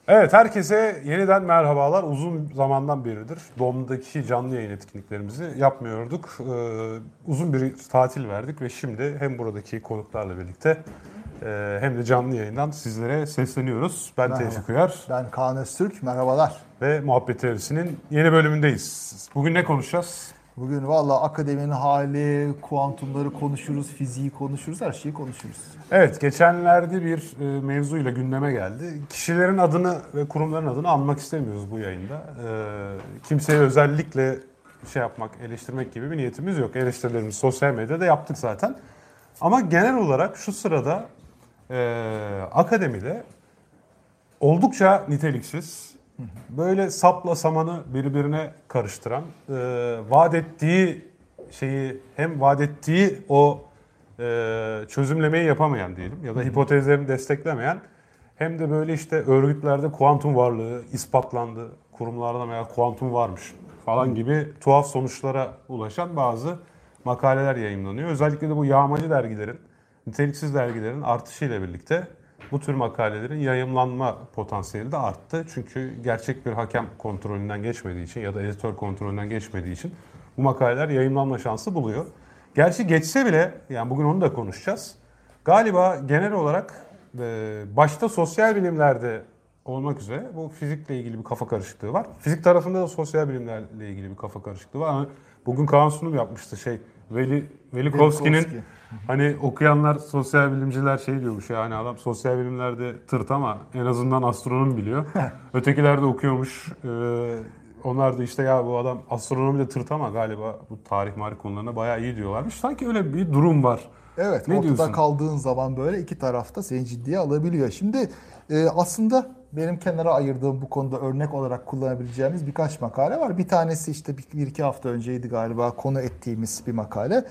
Evet, herkese yeniden merhabalar. Uzun zamandan beridir Dom'daki canlı yayın etkinliklerimizi yapmıyorduk. Uzun bir tatil verdik ve şimdi hem buradaki konuklarla birlikte hem de canlı yayından sizlere sesleniyoruz. Ben Merhaba. Tevfik Uyar. Ben Kaan Öztürk. Merhabalar. Ve Muhabbet Teorisi'nin yeni bölümündeyiz. Bugün ne konuşacağız? Bugün valla akademinin hali, kuantumları konuşuruz, fiziği konuşuruz, her şeyi konuşuruz. Evet, geçenlerde bir mevzuyla gündeme geldi. Kişilerin adını ve kurumların adını anmak istemiyoruz bu yayında. Kimseye özellikle eleştirmek gibi bir niyetimiz yok. Eleştirilerimizi sosyal medyada yaptık zaten. Ama genel olarak şu sırada akademide oldukça niteliksiz, böyle sapla samanı birbirine karıştıran, vaat ettiği şeyi hem vaat ettiği o çözümlemeyi yapamayan diyelim ya da hipotezlerini desteklemeyen hem de böyle işte örgütlerde kuantum varlığı ispatlandı, kurumlarda meğer kuantum varmış falan gibi tuhaf sonuçlara ulaşan bazı makaleler yayımlanıyor. Özellikle de bu yağmacı dergilerin, niteliksiz dergilerin artışıyla birlikte bu tür makalelerin yayımlanma potansiyeli de arttı. Çünkü gerçek bir hakem kontrolünden geçmediği için ya da editör kontrolünden geçmediği için bu makaleler yayımlanma şansı buluyor. Gerçi geçse bile, yani bugün onu da konuşacağız. Galiba genel olarak başta sosyal bilimlerde olmak üzere bu fizikle ilgili bir kafa karışıklığı var. Fizik tarafında da sosyal bilimlerle ilgili bir kafa karışıklığı var. Ama bugün Kaan sunum yapmıştı Velikovski'nin hani okuyanlar sosyal bilimciler şey diyormuş ya, hani adam sosyal bilimlerde tırt ama en azından astronomi biliyor. Ötekiler de okuyormuş. Onlar da işte ya bu adam astronomi de tırt ama galiba bu tarih konularına bayağı iyi diyorlarmış. Sanki öyle bir durum var. Evet, ne ortada diyorsun? kaldığın zaman böyle iki tarafta seni ciddiye alabiliyor. Şimdi aslında benim kenara ayırdığım bu konuda örnek olarak kullanabileceğimiz birkaç makale var. Bir tanesi işte bir iki hafta önceydi galiba konu ettiğimiz bir makale.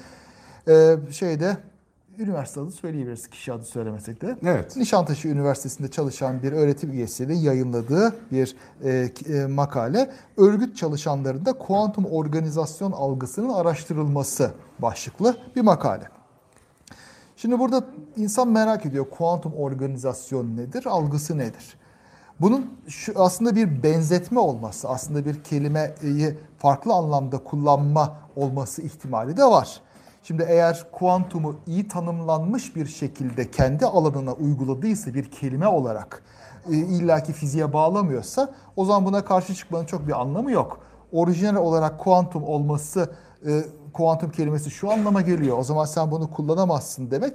Üniversite adı söyleyebiliriz, kişi adı söylemesek de. Evet. Nişantaşı Üniversitesi'nde çalışan bir öğretim üyesinin yayınladığı bir makale. Örgüt çalışanlarında kuantum organizasyon algısının araştırılması başlıklı bir makale. Şimdi burada insan merak ediyor, kuantum organizasyon nedir, algısı nedir? Bunun aslında bir benzetme olması, aslında bir kelimeyi farklı anlamda kullanma olması ihtimali de var. Şimdi eğer kuantumu iyi tanımlanmış bir şekilde kendi alanına uyguladıysa bir kelime olarak illaki fiziğe bağlamıyorsa o zaman buna karşı çıkmanın çok bir anlamı yok. Orijinal olarak kuantum olması, kuantum kelimesi şu anlama geliyor. O zaman sen bunu kullanamazsın demek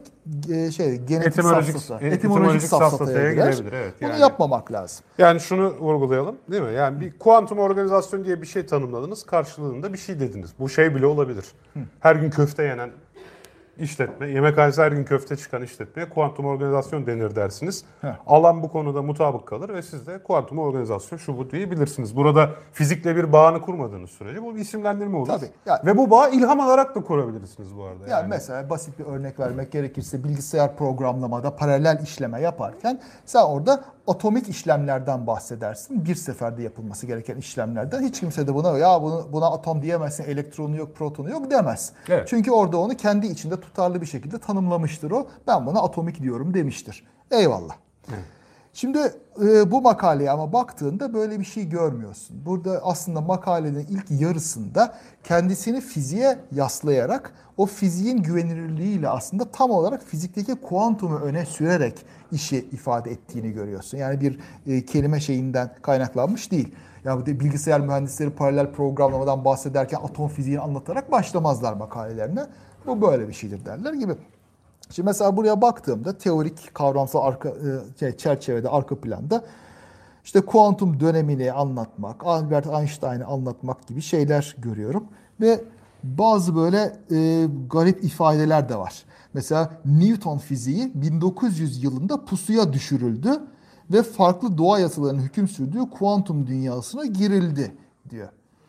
etimolojik safsataya girer. Evet, bunu yapmamak lazım. Yani şunu vurgulayalım değil mi? Yani bir kuantum organizasyon diye bir şey tanımladınız. Karşılığında bir şey dediniz. Bu şey bile olabilir. Her gün köfte yenen işletme, yemekhanesi her gün köfte çıkan işletmeye kuantum organizasyon denir dersiniz. Alan bu konuda mutabık kalır ve siz de kuantum organizasyon şu bu diyebilirsiniz. Burada fizikle bir bağını kurmadığınız sürece bu bir isimlendirme olur. Tabii. Yani, ve bu bağı ilham alarak da kurabilirsiniz bu arada. Yani mesela basit bir örnek vermek gerekirse bilgisayar programlamada paralel işleme yaparken sen orada atomik işlemlerden bahsedersin. Bir seferde yapılması gereken işlemlerden. Hiç kimse de buna atom diyemezsin, elektronu yok, protonu yok demez. Evet. Çünkü orada onu kendi içinde tutarlı bir şekilde tanımlamıştır o. Ben buna atomik diyorum demiştir. Eyvallah. Evet. Şimdi bu makaleye ama baktığında böyle bir şey görmüyorsun. Burada aslında makalenin ilk yarısında kendisini fiziğe yaslayarak o fiziğin güvenilirliğiyle aslında tam olarak fizikteki kuantumu öne sürerek işi ifade ettiğini görüyorsun. Yani bir kelime şeyinden kaynaklanmış değil. Yani bilgisayar mühendisleri paralel programlamadan bahsederken atom fiziğini anlatarak başlamazlar makalelerine. Bu böyle bir şeydir derler gibi. Şimdi mesela buraya baktığımda teorik kavramsal çerçevede arka planda işte kuantum dönemini anlatmak, Albert Einstein'ı anlatmak gibi şeyler görüyorum. Ve bazı böyle garip ifadeler de var. Mesela Newton fiziği 1900 yılında pusuya düşürüldü ve farklı doğa yasalarının hüküm sürdüğü kuantum dünyasına girildi diyor.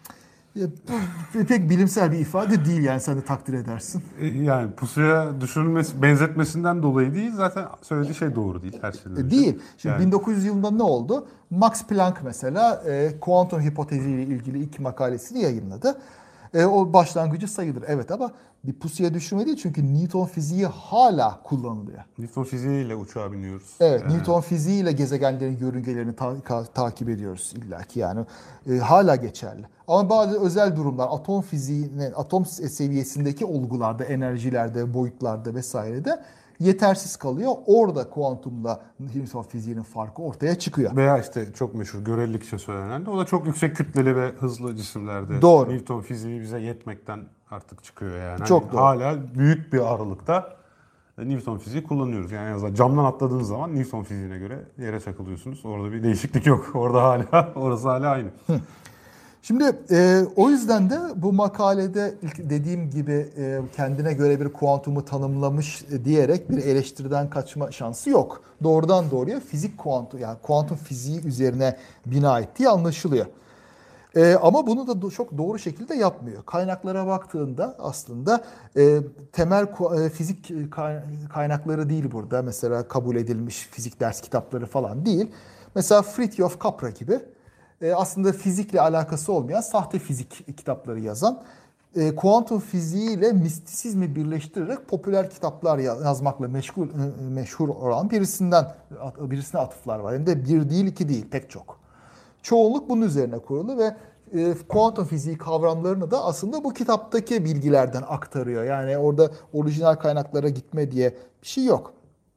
Bu pek bilimsel bir ifade değil, yani sen de takdir edersin. Yani pusuya düşürülmesi, benzetmesinden dolayı değil, zaten söylediği şey doğru değil her şeyden. Değil. Şimdi 1900 yılında ne oldu? Max Planck mesela kuantum hipoteziyle ilgili ilk makalesini yayınladı. O başlangıcı sayılır. Evet ama bir pusuya düşürme değil çünkü Newton fiziği hala kullanılıyor. Newton fiziğiyle uçağa biniyoruz. Evet, Newton fiziğiyle gezegenlerin yörüngelerini takip ediyoruz illaki yani. Hala geçerli. Ama bazı özel durumlar atom fiziğine, atom seviyesindeki olgularda, enerjilerde, boyutlarda vesairede yetersiz kalıyor. Orada kuantumla Newton fiziğinin farkı ortaya çıkıyor. Veya işte çok meşhur görelilik için söylenen de o da çok yüksek kütleli ve hızlı cisimlerde. Doğru. Newton fiziği bize yetmekten artık çıkıyor yani. Çok doğru. Hala büyük bir aralıkta Newton fiziği kullanıyoruz. Yani en azından camdan atladığınız zaman Newton fiziğine göre yere çakılıyorsunuz. Orada bir değişiklik yok. Orada hala orası hala aynı. Şimdi o yüzden de bu makalede ilk dediğim gibi kendine göre bir kuantumu tanımlamış diyerek bir eleştiriden kaçma şansı yok. Doğrudan doğruya fizik kuantum yani kuantum fiziği üzerine bina ettiği anlaşılıyor. Ama bunu da çok doğru şekilde yapmıyor. Kaynaklara baktığında aslında temel fizik kaynakları değil burada. Mesela kabul edilmiş fizik ders kitapları falan değil. Mesela Fritjof Capra gibi aslında fizikle alakası olmayan sahte fizik kitapları yazan, kuantum fiziğiyle mistisizmi birleştirerek popüler kitaplar yazmakla meşhur olan birisine atıflar var. Hem de bir değil, iki değil, pek çok. Çoğunluk bunun üzerine kurulu ve kuantum fiziği kavramlarını da aslında bu kitaptaki bilgilerden aktarıyor. Yani orada orijinal kaynaklara gitme diye bir şey yok.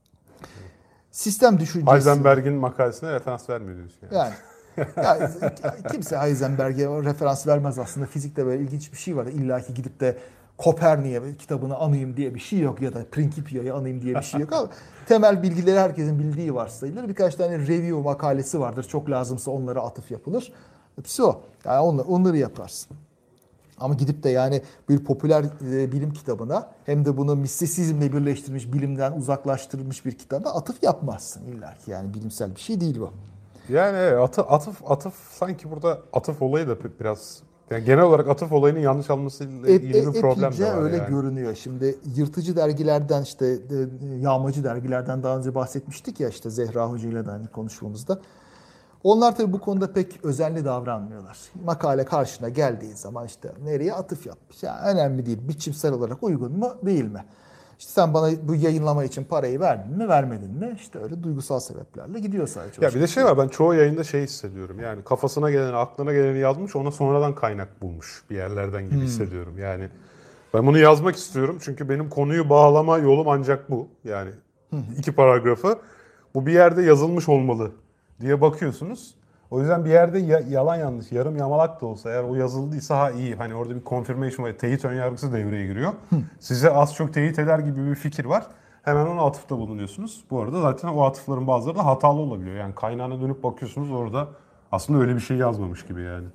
Sistem düşüncesi. Heisenberg'in makalesine referans vermiyor diyorsun yani. Yani kimse Heisenberg'e referans vermez aslında. Fizikte böyle ilginç bir şey var. İlla ki gidip de Kopernik'e kitabını anayım diye bir şey yok ya da Principia'yı anayım diye bir şey yok ama temel bilgileri herkesin bildiği varsayılır. Birkaç tane review makalesi vardır. Çok lazımsa onlara atıf yapılır. Hepsi o. Yani onları yaparsın. Ama gidip de yani bir popüler bilim kitabına hem de bunu mistisizmle birleştirmiş, bilimden uzaklaştırılmış bir kitaba atıf yapmazsın illa ki. Yani bilimsel bir şey değil bu. Yani atıf sanki burada atıf olayı da biraz yani genel olarak atıf olayının yanlış almasıyla ilgili bir problem de var. Öyle yani. görünüyor. Şimdi yırtıcı dergilerden işte yağmacı dergilerden daha önce bahsetmiştik ya işte Zehra Hoca ile de hani konuşmamızda. Onlar tabii bu konuda pek özenli davranmıyorlar. Makale karşına geldiği zaman işte nereye atıf yapmış. Yani önemli değil. Biçimsel olarak uygun mu değil mi? İşte sen bana bu yayınlama için parayı verdin mi vermedin mi? İşte öyle duygusal sebeplerle gidiyor sadece. Ya bir de şey var ben çoğu yayında hissediyorum. Yani kafasına geleni aklına geleni yazmış ona sonradan kaynak bulmuş bir yerlerden gibi hissediyorum. Yani ben bunu yazmak istiyorum çünkü benim konuyu bağlama yolum ancak bu. Yani 2 paragrafı bu bir yerde yazılmış olmalı diye bakıyorsunuz. O yüzden bir yerde yalan yanlış, yarım yamalak da olsa eğer o yazıldıysa iyi. Hani orada bir confirmation ve teyit önyargısı devreye giriyor. Size az çok teyit eder gibi bir fikir var. Hemen ona atıfta bulunuyorsunuz. Bu arada zaten o atıfların bazıları da hatalı olabiliyor. Yani kaynağına dönüp bakıyorsunuz orada aslında öyle bir şey yazmamış gibi yani.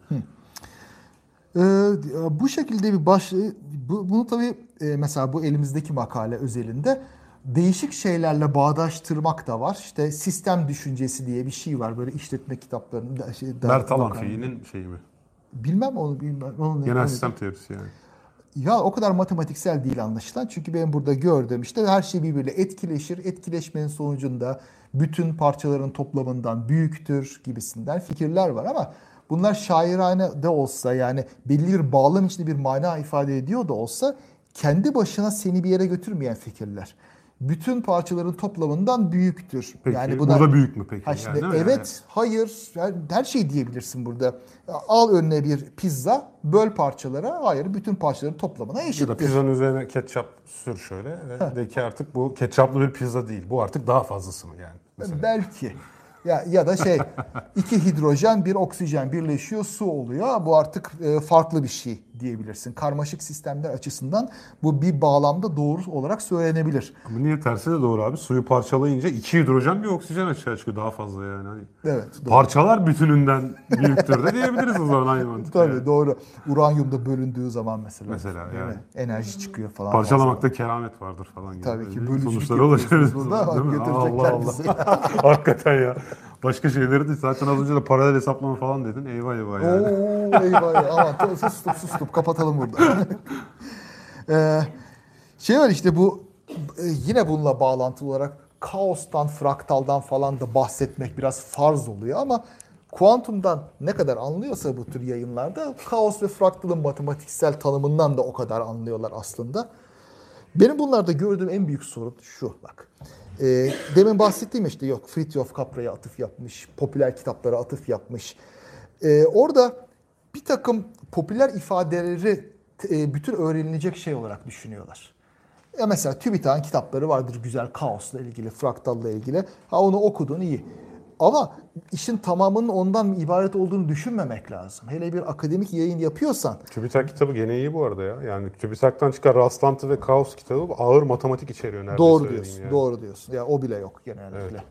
Bu şekilde bir bunu tabii mesela bu elimizdeki makale özelinde değişik şeylerle bağdaştırmak da var. İşte sistem düşüncesi diye bir şey var böyle işletme kitaplarında. Mert Alanfi'nin şeyi mi? Bilmem onu bilmem. Genel sistem teorisi yani. Ya o kadar matematiksel değil anlaşılan. Çünkü benim burada gördüğüm işte her şey birbiriyle etkileşir. Etkileşmenin sonucunda bütün parçaların toplamından büyüktür gibisinden fikirler var ama bunlar şairane de olsa yani belli bir bağlam içinde bir mana ifade ediyor da olsa kendi başına seni bir yere götürmeyen fikirler. Bütün parçaların toplamından büyüktür. Peki yani burada büyük mü peki? Şimdi, yani, evet, yani? Hayır. Yani her şey diyebilirsin burada. Al önüne bir pizza, böl parçalara. Hayır, bütün parçaların toplamına eşittir. Ya da pizzanın üzerine ketçap sür şöyle. De ki artık bu ketçaplı bir pizza değil. Bu artık daha fazlası mı yani? Mesela. Belki. Ya da 2 hidrojen, 1 oksijen birleşiyor, su oluyor. Bu artık farklı bir şey diyebilirsin. Karmaşık sistemler açısından bu bir bağlamda doğru olarak söylenebilir. Ama niye tersi de doğru abi? Suyu parçalayınca 2 hidrojen 1 oksijen açığa çıkıyor daha fazla yani. Hani evet. Doğru. Parçalar bütününden büyüktür de diyebiliriz o zaman aynı mantık. Tabii yani. Doğru. Uranyumda bölündüğü zaman mesela. Mesela yani. Enerji çıkıyor falan. Parçalamakta keramet vardır falan gibi. Tabii ki Böyle bölücülük sonuçları olabilir. Burada Değil mi? götürecekler Allah bizi. Hakikaten ya. Başka şeyleri de zaten az önce de paralel hesaplama falan dedin. Eyvah eyvah yani. Eyvah. Aman sustum. Kapatalım burada. Var işte bu yine bununla bağlantılı olarak kaostan, fraktaldan falan da bahsetmek biraz farz oluyor ama kuantumdan ne kadar anlıyorsa bu tür yayınlarda kaos ve fraktalın matematiksel tanımından da o kadar anlıyorlar aslında. Benim bunlarda gördüğüm en büyük sorun şu bak. Demin bahsettiğim işte yok Fritjof Capra'ya atıf yapmış, popüler kitaplara atıf yapmış. Orada bir takım popüler ifadeleri bütün öğrenilecek şey olarak düşünüyorlar. Ya mesela TÜBİTAK'ın kitapları vardır güzel kaosla ilgili, fraktalla ilgili. Ha onu okudun iyi. Ama işin tamamının ondan ibaret olduğunu düşünmemek lazım. Hele bir akademik yayın yapıyorsan. TÜBİTAK kitabı gene iyi bu arada ya. Yani TÜBİTAK'tan çıkan rastlantı ve kaos kitabı ağır matematik içeriyor neredeyse. Doğru diyorsun, yani. Doğru diyorsun. Ya o bile yok genellikle. Evet.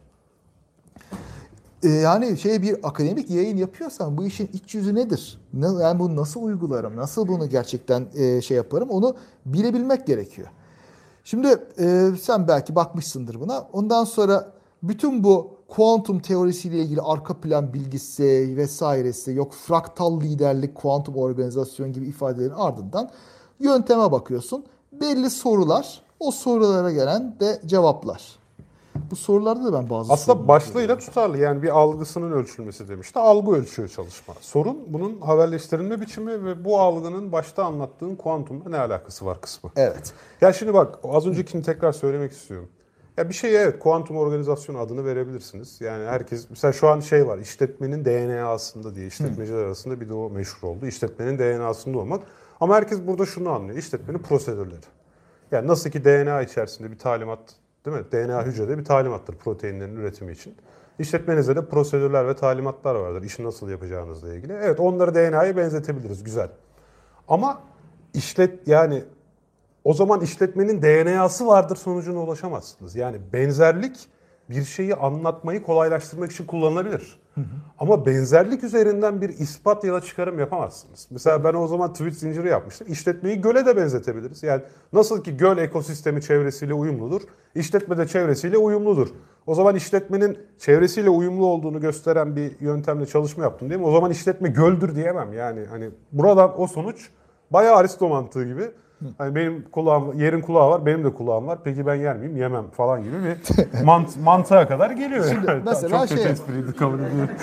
Yani bir akademik yayın yapıyorsan bu işin iç yüzü nedir? Yani bunu nasıl uygularım? Nasıl bunu gerçekten yaparım? Onu bilebilmek gerekiyor. Şimdi sen belki bakmışsındır buna. Ondan sonra bütün bu kuantum teorisiyle ilgili arka plan bilgisi vesairesi yok fraktal liderlik, kuantum organizasyon gibi ifadelerin ardından yönteme bakıyorsun. Belli sorular, o sorulara gelen de cevaplar. Bu sorularda da ben bazı aslında başlığıyla tutarlı yani bir algısının ölçülmesi demişti. Algı ölçüyor çalışma. Sorun bunun haberleştirilme biçimi ve bu algının başta anlattığın kuantumla ne alakası var kısmı. Evet. Ya şimdi bak az öncekini tekrar söylemek istiyorum. Ya bir şeye evet kuantum organizasyonu adını verebilirsiniz. Yani herkes mesela şu an var işletmenin DNA'sında diye işletmeciler arasında bir de o meşhur oldu. İşletmenin DNA'sında olmak. Ama herkes burada şunu anlıyor. İşletmenin prosedürleri. Yani nasıl ki DNA içerisinde bir talimat değil mi? DNA hücrede bir talimattır proteinlerin üretimi için. İşletmenizde de prosedürler ve talimatlar vardır işi nasıl yapacağınızla ilgili. Evet onları DNA'ya benzetebiliriz güzel. Ama yani o zaman işletmenin DNA'sı vardır sonucuna ulaşamazsınız. Yani benzerlik bir şeyi anlatmayı kolaylaştırmak için kullanılabilir. Ama benzerlik üzerinden bir ispat ya da çıkarım yapamazsınız. Mesela ben o zaman tweet zinciri yapmıştım. İşletmeyi göle de benzetebiliriz. Yani nasıl ki göl ekosistemi çevresiyle uyumludur, işletme de çevresiyle uyumludur. O zaman işletmenin çevresiyle uyumlu olduğunu gösteren bir yöntemle çalışma yaptım değil mi? O zaman işletme göldür diyemem. Yani hani buradan o sonuç bayağı Aristo mantığı gibi. Hani benim yerin kulağı var, benim de kulağım var. Peki ben yer miyim? Yemem falan gibi bir mantığa kadar geliyor. Şimdi yani. mesela çok espriydi kabul ediyorum.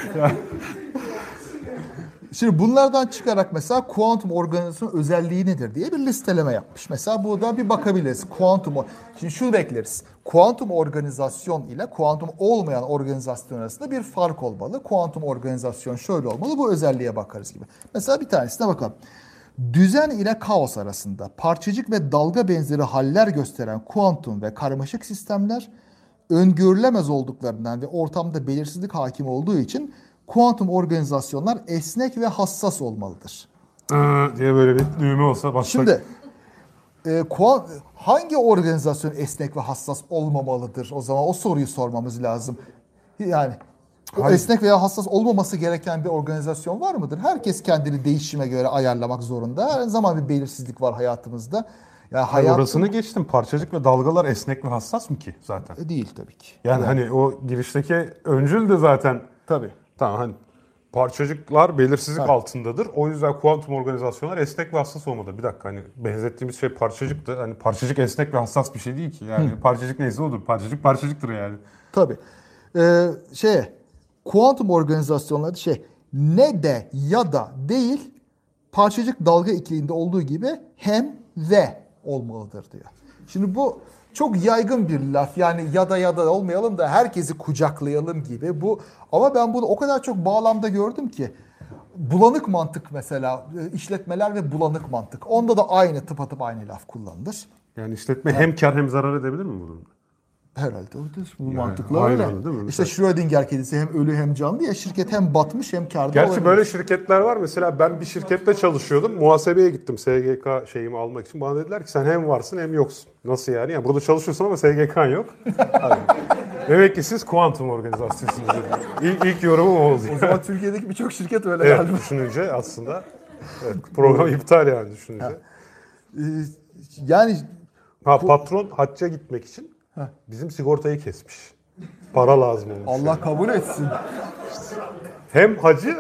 Şimdi bunlardan çıkarak mesela kuantum organizasyonun özelliği nedir diye bir listeleme yapmış. Mesela burada bir bakabiliriz. Şimdi şunu bekleriz. Kuantum organizasyon ile kuantum olmayan organizasyon arasında bir fark olmalı. Kuantum organizasyon şöyle olmalı. Bu özelliğe bakarız gibi. Mesela bir tanesine bakalım. Düzen ile kaos arasında parçacık ve dalga benzeri haller gösteren kuantum ve karmaşık sistemler öngörülemez olduklarından ve ortamda belirsizlik hakim olduğu için kuantum organizasyonlar esnek ve hassas olmalıdır. Diye böyle bir düğme olsa başka. Şimdi hangi organizasyon esnek ve hassas olmamalıdır? O zaman o soruyu sormamız lazım. Yani esnek veya hassas olmaması gereken bir organizasyon var mıdır? Herkes kendini değişime göre ayarlamak zorunda. Her zaman bir belirsizlik var hayatımızda. Yani orasını geçtim. Parçacık ve dalgalar esnek ve hassas mı ki zaten? Değil tabii ki. Yani hani o girişteki öncül de zaten tabii. Tamam hani parçacıklar belirsizlik altındadır. O yüzden kuantum organizasyonlar esnek ve hassas olmalı. Bir dakika hani benzettiğimiz şey parçacıktı. Hani parçacık esnek ve hassas bir şey değil ki. Yani parçacık neyse odur. Parçacık parçacıktır yani. Tabii. Kuantum organizasyonları ne de ya da değil parçacık dalga ikiliğinde olduğu gibi hem ve olmalıdır diyor. Şimdi bu çok yaygın bir laf. Yani ya da olmayalım da herkesi kucaklayalım gibi bu. Ama ben bunu o kadar çok bağlamda gördüm ki. Bulanık mantık mesela işletmeler ve bulanık mantık. Onda da tıpatıp aynı laf kullanılır. Yani işletme hem kar hem zarar edebilir mi bu durumda? Herhalde öyledir. Bu mantıkla öyle. İşte Schrödinger kedisi hem ölü hem canlı ya şirket hem batmış hem kârda Gerçi olabilir. böyle şirketler var. Mesela ben bir şirkette çalışıyordum. Muhasebeye gittim SGK şeyimi almak için. Bana dediler ki sen hem varsın hem yoksun. Nasıl yani? Yani burada çalışıyorsun ama SGK'n yok. Demek ki siz kuantum organizasyonsunuz. İlk yorumum oldu. O zaman Türkiye'deki birçok şirket öyle evet, galiba. Düşününce aslında. Evet, program iptal yani düşününce. Yani patron hacca gitmek için bizim sigortayı kesmiş. Para lazım olmuş. Allah yani. Kabul etsin. Hem hacı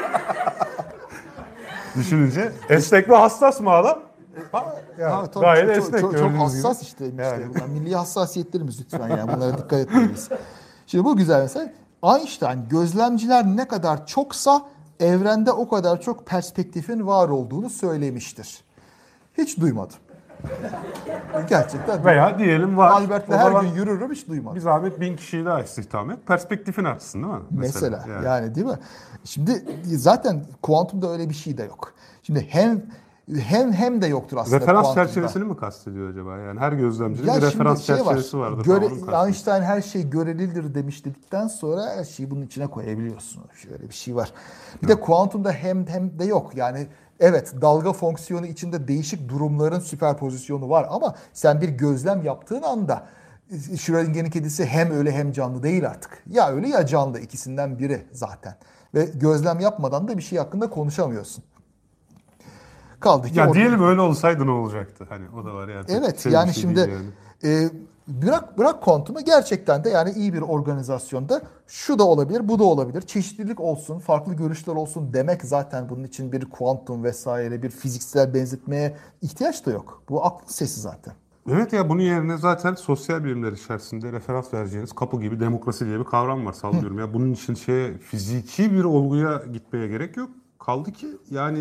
düşününce esnek ve hassas mı adam? Yani, gayet esnek. Çok hassas gibi. Yani. Milli hassasiyetlerimiz lütfen yani bunlara dikkat etmeliyiz. Şimdi bu güzel mesela. Einstein gözlemciler ne kadar çoksa evrende o kadar çok perspektifin var olduğunu söylemiştir. Hiç duymadım. Gerçekten. Veya diyelim var. Albert'le her gün yürürüm, hiç duymadım. Bir zahmet 1000 kişiyi daha istihdam et. Perspektifin artsın değil mi? Mesela yani değil mi? Şimdi zaten kuantumda öyle bir şey de yok. Şimdi hem de yoktur aslında referans kuantumda. çerçevesini mi kastediyor acaba? Yani her gözlemcinin Ya bir şimdi referans çerçevesi var. vardır. Einstein her şey görelidir demiş dedikten sonra her şeyi bunun içine koyabiliyorsun. Şöyle bir şey var. Bir de kuantumda hem de yok. Yani evet, dalga fonksiyonu içinde değişik durumların süperpozisyonu var ama sen bir gözlem yaptığın anda Schrödinger'in kedisi hem ölü hem canlı değil artık. Ya ölü ya canlı, ikisinden biri zaten. Ve gözlem yapmadan da bir şey hakkında konuşamıyorsun. Kaldı ki ya diyelim öyle olsaydı ne olacaktı? Hani o da var yani. Evet yani şey şimdi bırak kuantumu, gerçekten de yani iyi bir organizasyonda şu da olabilir, bu da olabilir. Çeşitlilik olsun, farklı görüşler olsun demek zaten bunun için bir kuantum vesaire bir fiziksel benzetmeye ihtiyaç da yok. Bu aklın sesi zaten. Evet ya, bunun yerine zaten sosyal bilimler içerisinde referans vereceğiniz kapı gibi demokrasi diye bir kavram var, sallıyorum. Ya bunun için fiziki bir olguya gitmeye gerek yok. Kaldı ki yani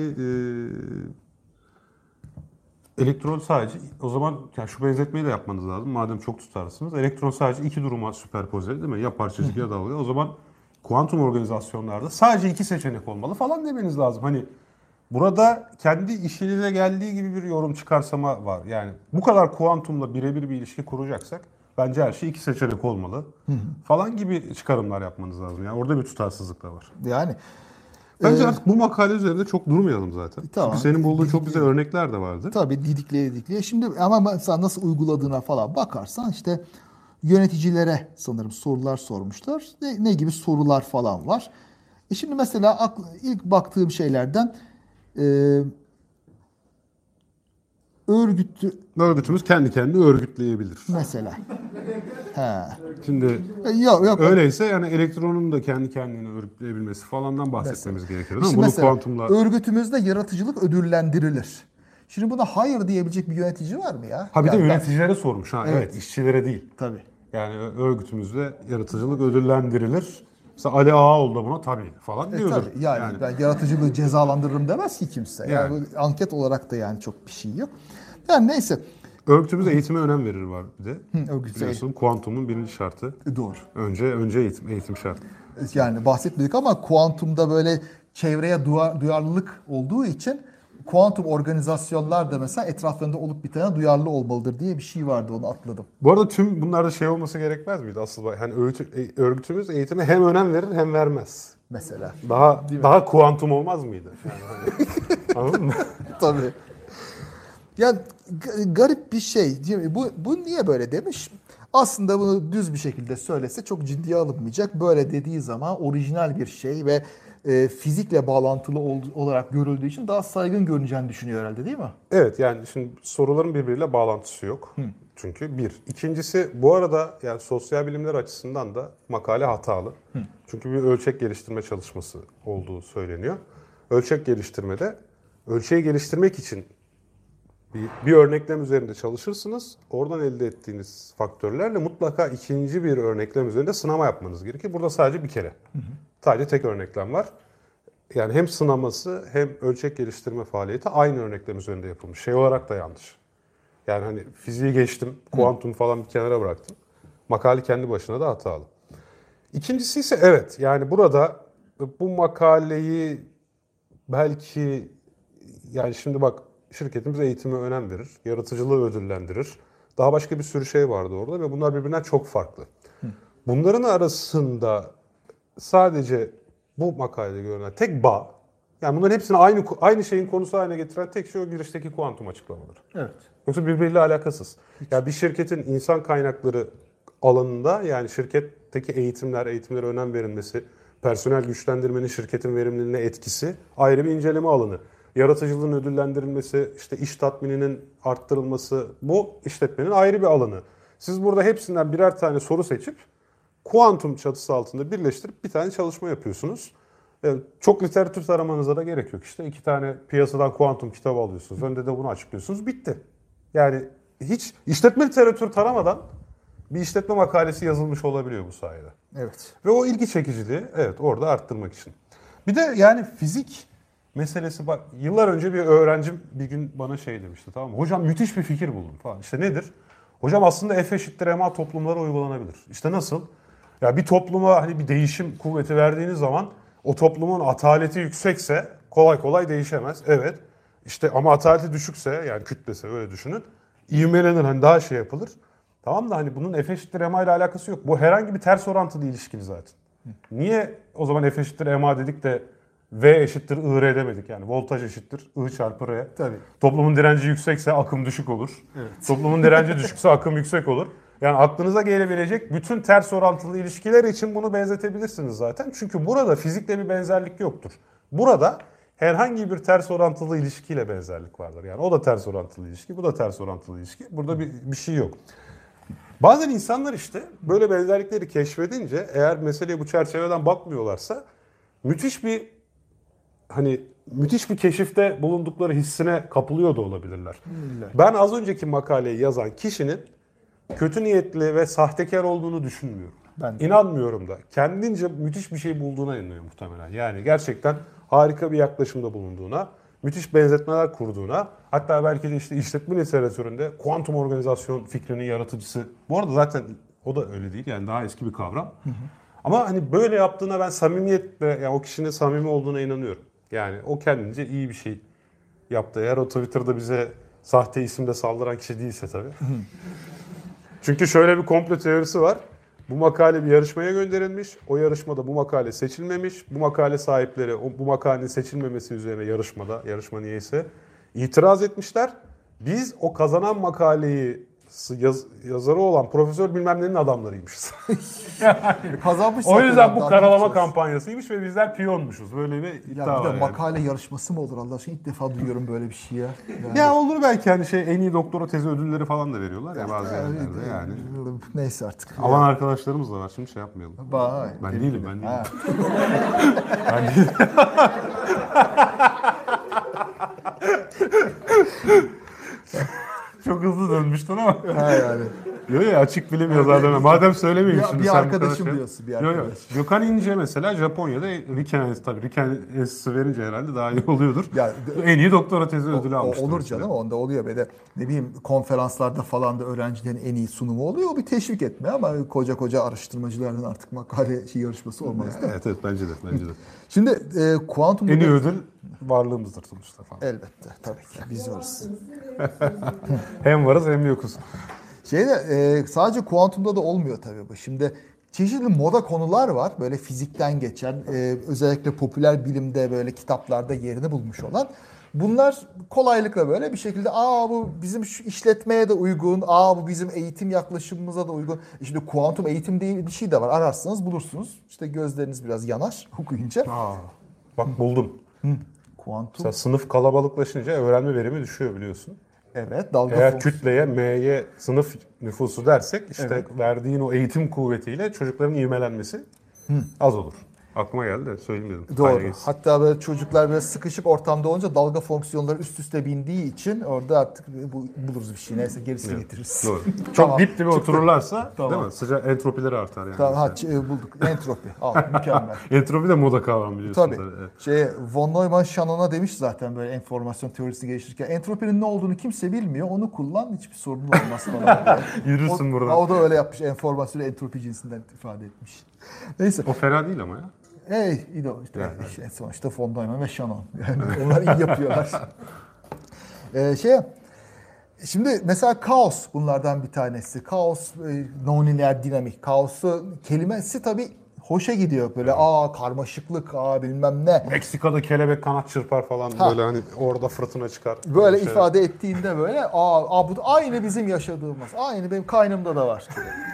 elektron sadece, o zaman yani şu benzetmeyi de yapmanız lazım. Madem çok tutarsınız. Elektron sadece iki duruma süperpoze değil mi? Ya parçacık ya dalga. O zaman kuantum organizasyonlarda sadece iki seçenek olmalı falan demeniz lazım. Hani burada kendi işinize geldiği gibi bir yorum çıkarsama var. Yani bu kadar kuantumla birebir bir ilişki kuracaksak bence her şey iki seçenek olmalı falan gibi çıkarımlar yapmanız lazım. Yani orada bir tutarsızlık da var. Yani bence artık bu makale üzerinde çok durmayalım zaten. Tamam. Çünkü senin bulduğun çok güzel örnekler de vardı. Tabii didikliye. Şimdi ama mesela nasıl uyguladığına falan bakarsan işte yöneticilere sanırım sorular sormuşlar. Ne gibi sorular falan var. Şimdi mesela ilk baktığım şeylerden Örgütümüz kendi kendini örgütleyebilir. Mesela. He. Şimdi yok. Öyleyse yani elektronun da kendi kendini örgütleyebilmesi falandan bahsetmemiz gerekiyor. İşte Bunu mesela kuantumla... örgütümüzde yaratıcılık ödüllendirilir. Şimdi buna hayır diyebilecek bir yönetici var mı ya? Bir de yöneticilere sormuş. Evet, işçilere değil. Tabii. Yani örgütümüzde yaratıcılık ödüllendirilir. Mesela Ali Ağaoğlu da buna tabii falan diyordur. Tabii. Yani ben yaratıcılığı cezalandırırım demez ki kimse. Yani anket olarak da yani çok bir şey yok. Yani neyse. Örgütümüz eğitime önem verir var bir de. Biliyorsun kuantumun birinci şartı. Doğru. Önce eğitim şartı. Yani bahsetmedik ama kuantumda böyle çevreye duyarlılık olduğu için kuantum organizasyonlar da mesela etraflarında olup bitene duyarlı olmalıdır diye bir şey vardı, onu atladım. Bu arada tüm bunlarda olması gerekmez miydi asıl? Yani örgütümüz eğitime hem önem verir hem vermez. Mesela. Daha kuantum olmaz mıydı? Yani anladın mı? Tabii. Ya garip bir şey. Bu niye böyle demiş? Aslında bunu düz bir şekilde söylese çok ciddiye alınmayacak. Böyle dediği zaman orijinal bir şey ve fizikle bağlantılı olarak görüldüğü için daha saygın görüneceğini düşünüyor herhalde, değil mi? Evet, yani şimdi soruların birbiriyle bağlantısı yok. Çünkü bir. İkincisi, bu arada yani sosyal bilimler açısından da makale hatalı. Çünkü bir ölçek geliştirme çalışması olduğu söyleniyor. Ölçek geliştirmede ölçeği geliştirmek için bir örneklem üzerinde çalışırsınız. Oradan elde ettiğiniz faktörlerle mutlaka ikinci bir örneklem üzerinde sınama yapmanız gerekir. Burada sadece bir kere. Sadece tek örneklem var. Yani hem sınaması hem ölçek geliştirme faaliyeti aynı örneklem üzerinde yapılmış. Şey olarak da yanlış. Yani hani fiziği geçtim, kuantum falan bir kenara bıraktım. Makale kendi başına da hatalı. İkincisi ise evet, yani burada bu makaleyi belki, yani şimdi bak, şirketimiz eğitime önem verir, yaratıcılığı ödüllendirir. Daha başka bir sürü şey vardı orada ve bunlar birbirinden çok farklı. Bunların arasında sadece bu makalede görünen tek bağ, yani bunların hepsini aynı şeyin konusu haline getiren tek şey o girişteki kuantum açıklamaları. Evet. Yoksa birbiriyle alakasız. Ya bir şirketin insan kaynakları alanında, yani şirketteki eğitimlere önem verilmesi, personel güçlendirmenin şirketin verimliliğine etkisi ayrı bir inceleme alanı. Yaratıcılığın ödüllendirilmesi, işte iş tatmininin arttırılması, bu işletmenin ayrı bir alanı. Siz burada hepsinden birer tane soru seçip kuantum çatısı altında birleştirip bir tane çalışma yapıyorsunuz. Çok literatür taramanıza da gerek yok. İşte 2 tane piyasadan kuantum kitabı alıyorsunuz. Önde de bunu açıklıyorsunuz. Bitti. Yani hiç işletme literatür taramadan bir işletme makalesi yazılmış olabiliyor bu sayede. Evet. Ve o ilgi çekiciliği evet orada arttırmak için. Bir de yani fizik meselesi bak yıllar önce bir öğrencim bir gün bana şey demişti tamam mı? Hocam müthiş bir fikir buldum falan. İşte nedir? Hocam aslında F eşittir ma toplumlara uygulanabilir. İşte nasıl? Ya bir topluma hani bir değişim kuvveti verdiğiniz zaman o toplumun ataleti yüksekse kolay kolay değişemez. Evet. İşte ama ataleti düşükse yani kütlesi öyle düşünün. İvmelenir hani daha şey yapılır. Tamam da hani bunun F eşittir ma ile alakası yok. Bu herhangi bir ters orantılı ilişkili zaten. Niye o zaman F eşittir ma dedik de V eşittir IR demedik yani voltaj eşittir I çarpı R. Tabii. Toplumun direnci yüksekse akım düşük olur. Evet. Toplumun direnci düşükse akım yüksek olur. Yani aklınıza gelebilecek bütün ters orantılı ilişkiler için bunu benzetebilirsiniz zaten. Çünkü burada fizikle bir benzerlik yoktur. Burada herhangi bir ters orantılı ilişkiyle benzerlik vardır. Yani o da ters orantılı ilişki, bu da ters orantılı ilişki. Burada bir şey yok. Bazen insanlar işte böyle benzerlikleri keşfedince eğer meseleye bu çerçeveden bakmıyorlarsa müthiş bir keşifte bulundukları hissine kapılıyor da olabilirler. Ben az önceki makaleyi yazan kişinin kötü niyetli ve sahtekar olduğunu düşünmüyorum. Ben de. İnanmıyorum da. Kendince müthiş bir şey bulduğuna inanıyor muhtemelen. Yani gerçekten harika bir yaklaşımda bulunduğuna, müthiş benzetmeler kurduğuna, hatta belki de işte işletme literatüründe kuantum organizasyon fikrinin yaratıcısı. Bu arada zaten o da öyle değil yani daha eski bir kavram. Ama hani böyle yaptığına ben samimiyetle, yani o kişinin samimi olduğuna inanıyorum. Yani o kendince iyi bir şey yaptı. Eğer o Twitter'da bize sahte isimle saldıran kişi değilse tabii. Çünkü şöyle bir komplo teorisi var. Bu makale bir yarışmaya gönderilmiş. O yarışmada bu makale seçilmemiş. Bu makale sahipleri bu makalenin seçilmemesi üzerine yarışma niyeyse itiraz etmişler. Biz o kazanan makaleyi yazarı olan profesör bilmem nenin adamlarıymışız. Kazanmış. O yüzden bu karalama yapacağız? kampanyasıymış ve bizler piyonmuşuz. Böyle bir iddia Ya bir de var yani. makale yarışması mı olur Allah aşkına? İlk defa duyuyorum böyle bir şey ya. Yani, Ya olur belki hani en iyi doktora tezi ödülleri falan da veriyorlar ya bazı yerlerde yani. Neyse artık. Alan arkadaşlarımız da var. Şimdi şey yapmayalım. Vay. Ben değilim. Ha. Ben değilim. Çok hızlı dönmüştün ama. Ha yani. Yok ya açık bilim yazarlarına. Madem söylemeyeyim şimdi. Bir sen arkadaşım bu kadar diyorsun. Bir Yok yok. arkadaş. Gökhan İnce mesela Japonya'da Riken Enstitüsü verince herhalde daha iyi oluyordur. Ya, en iyi doktora tezi ödülü almıştır. Olur mesela. canım onda oluyor. Ve de ne bileyim konferanslarda falan da öğrencilerin en iyi sunumu oluyor. O bir teşvik etme ama koca araştırmacılardan artık makale yarışması olmaz değil mi? Evet bence de. Şimdi kuantum... En iyi ödül varlığımızdır sonuçta falan. Elbette tabii ki biz varız. Hem varız hem yokuz. Sadece kuantumda da olmuyor tabii bu. Şimdi çeşitli moda konular var. Böyle fizikten geçen, özellikle popüler bilimde böyle kitaplarda yerini bulmuş olan. Bunlar kolaylıkla böyle bir şekilde bu bizim şu işletmeye de uygun, bu bizim eğitim yaklaşımımıza da uygun. Şimdi kuantum eğitim diye bir şey de var. Ararsanız bulursunuz. İşte gözleriniz biraz yanar okuyunca. Bak buldum. Kuantum. Mesela sınıf kalabalıklaşınca öğrenme verimi düşüyor biliyorsun. Evet. Eğer kütleye, M'ye sınıf nüfusu dersek işte verdiğin o eğitim kuvvetiyle çocukların ivmelenmesi az olur. Aklıma geldi de söyleyeyim dedim. Doğru. Hatta böyle çocuklar böyle sıkışık ortamda olunca dalga fonksiyonları üst üste bindiği için orada artık buluruz bir şey. Neyse gerisini getiririz. Doğru. Çok Tamam. dip dibe otururlarsa Tamam. değil mi? Sıcak entropileri artar yani. Tamam, bulduk. Entropi. Mükemmel. Entropi de moda kavramı biliyorsun. Tabii. Evet. Von Neumann Shannon'a demiş zaten böyle enformasyon teorisini geliştirirken. Entropinin ne olduğunu kimse bilmiyor. Onu kullan hiçbir sorun olmaz falan. Yürürsün buradan. O da öyle yapmış. Enformasyonu entropi cinsinden ifade etmiş. Neyse. O fena değil ama ya. Sonuçta Von Neumann ve Shannon. Yani onlar iyi yapıyorlar. Şimdi mesela kaos bunlardan bir tanesi. Kaos, nonlinear dinamik. Kaosu kelimesi tabii hoşa gidiyor. Böyle karmaşıklık, bilmem ne. Meksika'da kelebek kanat çırpar falan böyle hani orada fırtına çıkar. Böyle ifade ettiğinde böyle bu da aynı bizim yaşadığımız. Aynı benim kaynımda da var.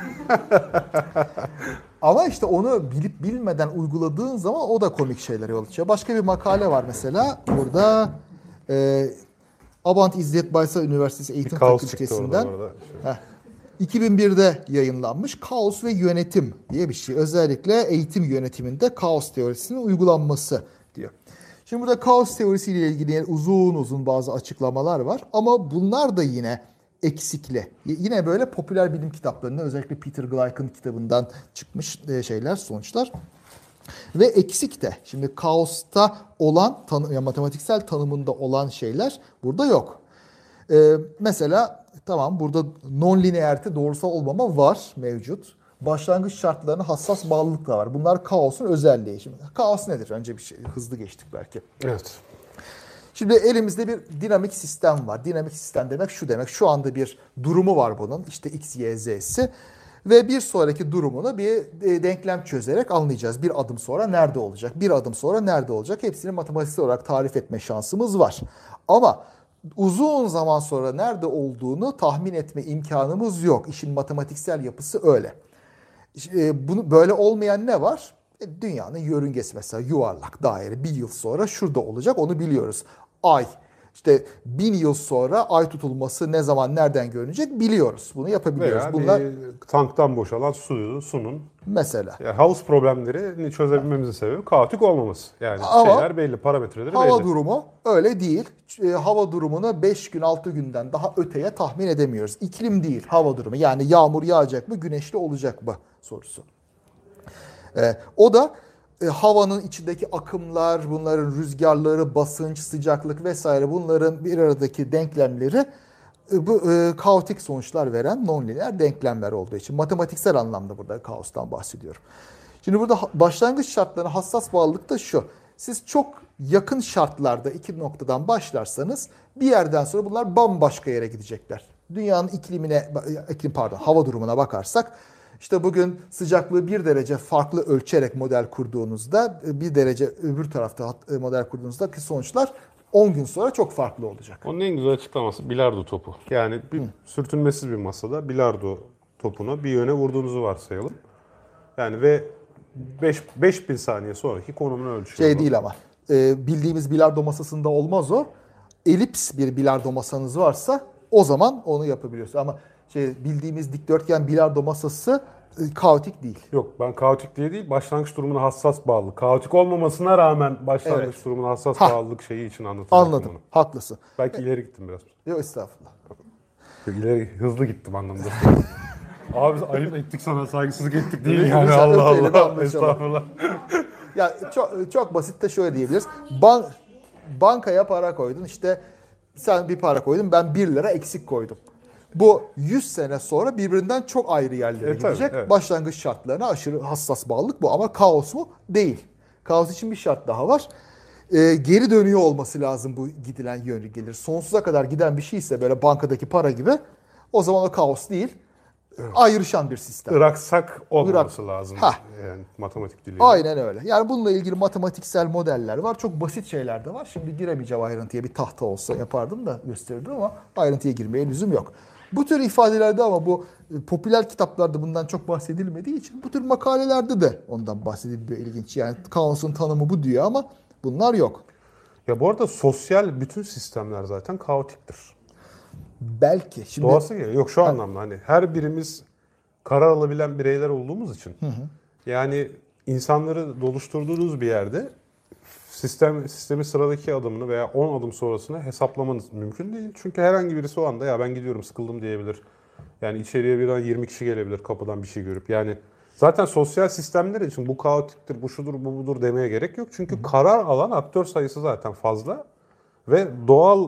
Ama işte onu bilip bilmeden uyguladığın zaman o da komik şeylere yol açıyor. Başka bir makale var mesela burada Abant İzzet Baysal Üniversitesi Eğitim Fakültesinden 2001'de yayınlanmış Kaos ve Yönetim diye bir şey. Özellikle eğitim yönetiminde kaos teorisinin uygulanması diyor. Şimdi burada kaos teorisiyle ilgili uzun bazı açıklamalar var ama bunlar da yine eksikli. Yine böyle popüler bilim kitaplarında özellikle Peter Gleick'ın kitabından çıkmış şeyler, sonuçlar. Ve eksik de. Şimdi kaosta olan, matematiksel tanımında olan şeyler burada yok. Mesela tamam, burada non-linearite, doğrusal olmama var, mevcut. Başlangıç şartlarına hassas bağlılık da var. Bunlar kaosun özelliği. Şimdi kaos nedir? Önce bir şey hızlı geçtik belki. Evet. Şimdi elimizde bir dinamik sistem var. Dinamik sistem demek şu demek. Şu anda bir durumu var bunun. İşte x, y, z'si. Ve bir sonraki durumunu bir denklem çözerek anlayacağız. Bir adım sonra nerede olacak? Bir adım sonra nerede olacak? Hepsini matematiksel olarak tarif etme şansımız var. Ama uzun zaman sonra nerede olduğunu tahmin etme imkanımız yok. İşin matematiksel yapısı öyle. Bunu böyle olmayan ne var? Dünyanın yörüngesi mesela, yuvarlak daire, bir yıl sonra şurada olacak, onu biliyoruz. Ay, işte 1000 yıl sonra ay tutulması ne zaman nereden görünecek biliyoruz. Bunu yapabiliyoruz. Veya Bunlar bir tanktan boşalan sunun mesela. yani havuz problemlerini çözebilmemizin sebebi kaotik olmaması. Yani Ama şeyler belli, parametreleri hava belli. durumu öyle değil. Hava durumunu 5 gün 6 günden daha öteye tahmin edemiyoruz. İklim değil, hava durumu. Yani yağmur yağacak mı, güneşli olacak mı sorusu. O da havanın içindeki akımlar, bunların rüzgarları, basınç, sıcaklık vesaire, bunların bir aradaki denklemleri bu kaotik sonuçlar veren nonlineer denklemler olduğu için matematiksel anlamda burada kaostan bahsediyorum. Şimdi burada başlangıç şartlarına hassas bağlılık da şu. Siz çok yakın şartlarda iki noktadan başlarsanız bir yerden sonra bunlar bambaşka yere gidecekler. Dünyanın hava durumuna bakarsak, İşte bugün sıcaklığı 1 derece farklı ölçerek model kurduğunuzda, 1 derece öbür tarafta model kurduğunuzda ki sonuçlar 10 gün sonra çok farklı olacak. Onun en güzel açıklaması bilardo topu. Yani bir sürtünmesiz bir masada bilardo topunu bir yöne vurduğunuzu varsayalım. Yani ve 5000 saniye sonraki konumunu ölçüyor. Şey değil ama bildiğimiz bilardo masasında olmaz o. Elips bir bilardo masanız varsa o zaman onu yapabiliyorsunuz. Ama bildiğimiz dikdörtgen bilardo masası kaotik değil. Yok, ben kaotik diye değil, başlangıç durumuna hassas bağlı. Kaotik olmamasına rağmen başlangıç durumuna hassas bağlılık şeyi için anlatıyorum. Anladım, bunu. haklısın. Belki ileri gittim biraz. Yok estağfurullah. İleri hızlı gittim anlamında. Abi ayıp ettik sana, saygısızlık ettik değil Lütfen yani, Allah öpeyle de Allah. anlaşalım. Estağfurullah. Ya çok basit de şöyle diyebiliriz. Bankaya para koydun, işte sen bir para koydun, ben 1 lira eksik koydum. Bu 100 sene sonra birbirinden çok ayrı yerlere tabii, gidecek. evet. Başlangıç şartlarına aşırı hassas bağlılık bu, ama kaos mu? Değil. Kaos için bir şart daha var. Geri dönüyor olması lazım bu gidilen yönü gelir. Sonsuza kadar giden bir şeyse, böyle bankadaki para gibi, o zaman o kaos değil. Ayrışan bir sistem. Iraksak olmaması lazım. Ha. Yani matematik diliyle. Aynen öyle. Yani bununla ilgili matematiksel modeller var. Çok basit şeyler de var. Şimdi giremeyeceğim ayrıntıya. Bir tahta olsa yapardım da gösterirdim, ama ayrıntıya girmeye lüzum yok. Bu tür ifadelerde, ama bu popüler kitaplarda bundan çok bahsedilmediği için bu tür makalelerde de ondan bahsediliyor, ilginç. Yani kaosun tanımı bu diyor ama bunlar yok. Ya bu arada sosyal bütün sistemler zaten kaotiktir. Belki. Şimdi, Doğası gereği. Yok şu anlamda, hani her birimiz karar alabilen bireyler olduğumuz için. Yani insanları doluşturduğunuz bir yerde sistemin sıradaki adımını veya 10 adım sonrasını hesaplamanız mümkün değil. Çünkü herhangi birisi o anda ya ben gidiyorum, sıkıldım diyebilir. Yani içeriye birden 20 kişi gelebilir kapıdan bir şey görüp. Yani zaten sosyal sistemler için bu kaotiktir, bu şudur, bu budur demeye gerek yok. Çünkü karar alan aktör sayısı zaten fazla ve doğal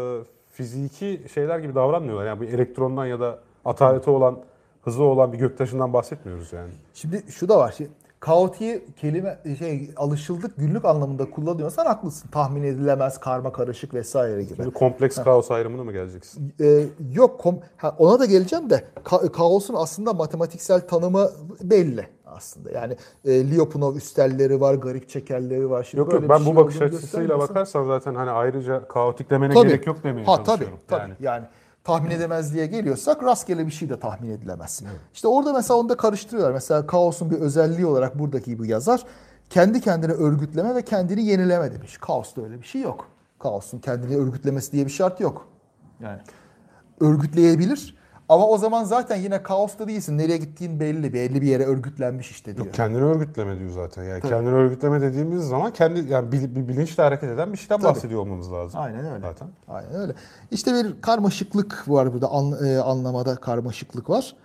fiziki şeyler gibi davranmıyorlar. Yani bir elektrondan ya da ataleti olan, hızı olan bir göktaşından bahsetmiyoruz yani. Şimdi şu da var. Kaotiği kelime alışıldık günlük anlamında kullanıyorsan haklısın. Tahmin edilemez, karma karışık vesaire gibi. Şimdi kompleks kaos ayrımına mı geleceksin? Yok, ona da geleceğim de kaosun aslında matematiksel tanımı belli aslında. Yani Lyapunov üstelleri var, garip çekerleri var. Şimdi Yok ben bu bakış açısıyla bakarsan zaten hani ayrıca kaotik demene gerek yok demeye çalışıyorum. Tabii. Yani tahmin edemezliğe geliyorsak rastgele bir şey de tahmin edilemez. Evet. İşte orada mesela onu da karıştırıyorlar. Mesela kaosun bir özelliği olarak buradaki bu yazar kendi kendine örgütleme ve kendini yenileme demiş. Kaosta öyle bir şey yok. Kaosun kendini örgütlemesi diye bir şart yok. Yani örgütleyebilir Ama o zaman zaten yine kaosta değilsin. Nereye gittiğin belli. Belli bir yere örgütlenmiş işte diyor. Yok, kendini örgütleme diyor zaten. Yani Tabii. kendini örgütleme dediğimiz zaman kendi yani bir bilinçle hareket eden bir şeyden Tabii. bahsediyor olmamız lazım. Aynen öyle. Zaten. Aynen öyle. İşte bir karmaşıklık var burada. Anlamada karmaşıklık var.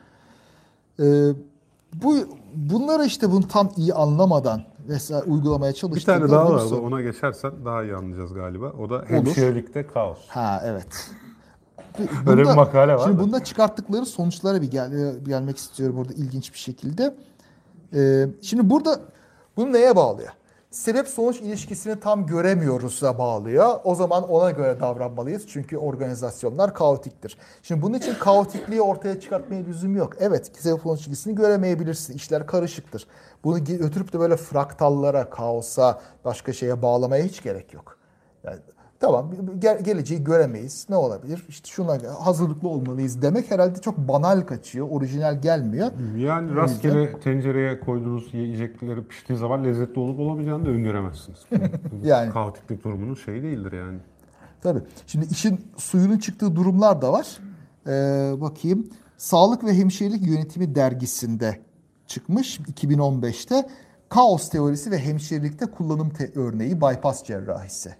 Bunları işte bunu tam iyi anlamadan mesela uygulamaya Bir çalıştığında tane daha bunu vardı. sorun. Ona geçersen daha iyi anlayacağız galiba. O da hemşirelikte kaos. Ha evet. Böyle bir makale var Şimdi da. bunda çıkarttıkları sonuçlara bir gelmek istiyorum burada ilginç bir şekilde. Şimdi burada bunu neye bağlıyor? Sebep sonuç ilişkisini tam göremiyoruz'a bağlıyor. O zaman ona göre davranmalıyız. Çünkü organizasyonlar kaotiktir. Şimdi bunun için kaotikliği ortaya çıkartmaya lüzum yok. Evet, sebep sonuç ilişkisini göremeyebilirsin. İşler karışıktır. Bunu götürüp de böyle fraktallara, kaosa, başka şeye bağlamaya hiç gerek yok. Yani tamam, geleceği göremeyiz. Ne olabilir? İşte şuna hazırlıklı olmalıyız demek herhalde çok banal kaçıyor. Orijinal gelmiyor. Yani rastgele tencereye koyduğunuz yiyecekleri piştiği zaman lezzetli olup olamayacağını da öngöremezsiniz. Yani. Kaotiklik durumunun şeyi değildir yani. Tabii. Şimdi işin suyunun çıktığı durumlar da var. Bakayım. Sağlık ve Hemşirelik Yönetimi dergisinde çıkmış 2015'te. Kaos teorisi ve hemşirelikte kullanım örneği bypass cerrahisi.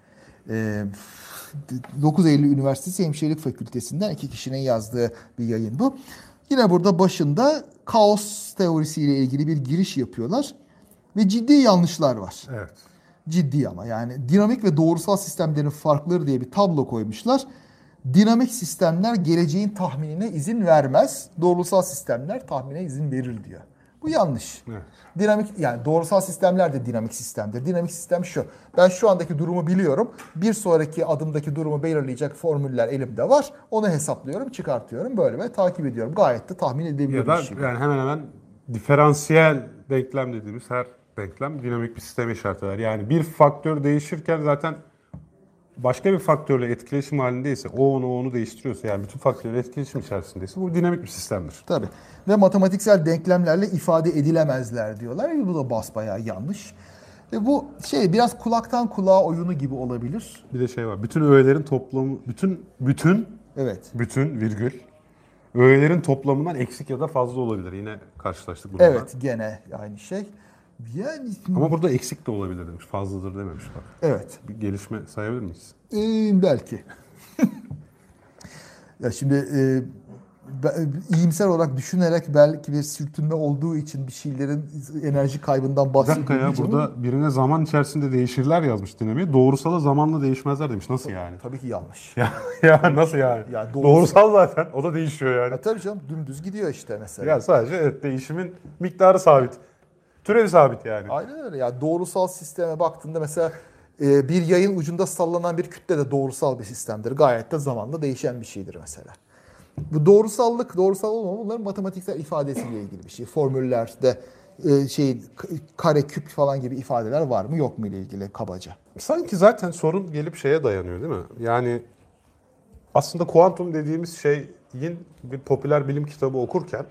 9 Eylül Üniversitesi Hemşirelik Fakültesinden 2 kişinin yazdığı bir yayın bu. Yine burada başında kaos teorisiyle ilgili bir giriş yapıyorlar ve ciddi yanlışlar var. Evet. Ciddi ama yani dinamik ve doğrusal sistemlerin farkları diye bir tablo koymuşlar. Dinamik sistemler geleceğin tahminine izin vermez. Doğrusal sistemler tahmine izin verir diyor. Bu yanlış. Evet. Dinamik yani doğrusal sistemler de dinamik sistemdir. Dinamik sistem şu. Ben şu andaki durumu biliyorum. Bir sonraki adımdaki durumu belirleyecek formüller elimde var. Onu hesaplıyorum, çıkartıyorum. Böyle takip ediyorum. Gayet de tahmin edebiliyorum. Ya da yani hemen hemen diferansiyel denklem dediğimiz her denklem dinamik bir sisteme işaret eder. Yani bir faktör değişirken zaten başka bir faktörle etkileşim halindeyse, o onu değiştiriyorsa, yani bütün faktörler etkileşim içerisindeyse bu dinamik bir sistemdir. Tabii. Ve matematiksel denklemlerle ifade edilemezler diyorlar. Bu da basbayağı yanlış. Ve bu biraz kulaktan kulağa oyunu gibi olabilir. Bir de şey var. Bütün öğelerin toplamı, Evet. bütün virgül öğelerin toplamından eksik ya da fazla olabilir. Yine karşılaştık bununla. Evet, gene aynı şey. Yani Ama burada eksik de olabilir demiş. Fazladır dememiş bak. evet. Bir gelişme sayabilir miyiz? Belki. Ya şimdi iyimser olarak düşünerek belki bir sürtünme olduğu için bir şeylerin enerji kaybından Bir dakika ya, bahsedilmeyeceğim. burada birine zaman içerisinde değişirler yazmış dinamiği. Doğrusala zamanla değişmezler demiş. Nasıl yani? Tabii ki yanlış. Ya nasıl yani? Yani Doğrusal zaten. O da değişiyor yani. Tabii canım, dümdüz gidiyor işte mesela. Ya sadece evet, değişimin miktarı sabit. Türevi sabit yani. Aynen öyle. Yani doğrusal sisteme baktığında mesela bir yayın ucunda sallanan bir kütle de doğrusal bir sistemdir. Gayet de zamanla değişen bir şeydir mesela. Bu doğrusal olmama bunların matematiksel ifadesiyle ilgili bir şey. Formüllerde kare, küp falan gibi ifadeler var mı yok mu ile ilgili kabaca. Sanki zaten sorun gelip şeye dayanıyor değil mi? Yani aslında kuantum dediğimiz şeyin bir popüler bilim kitabı okurken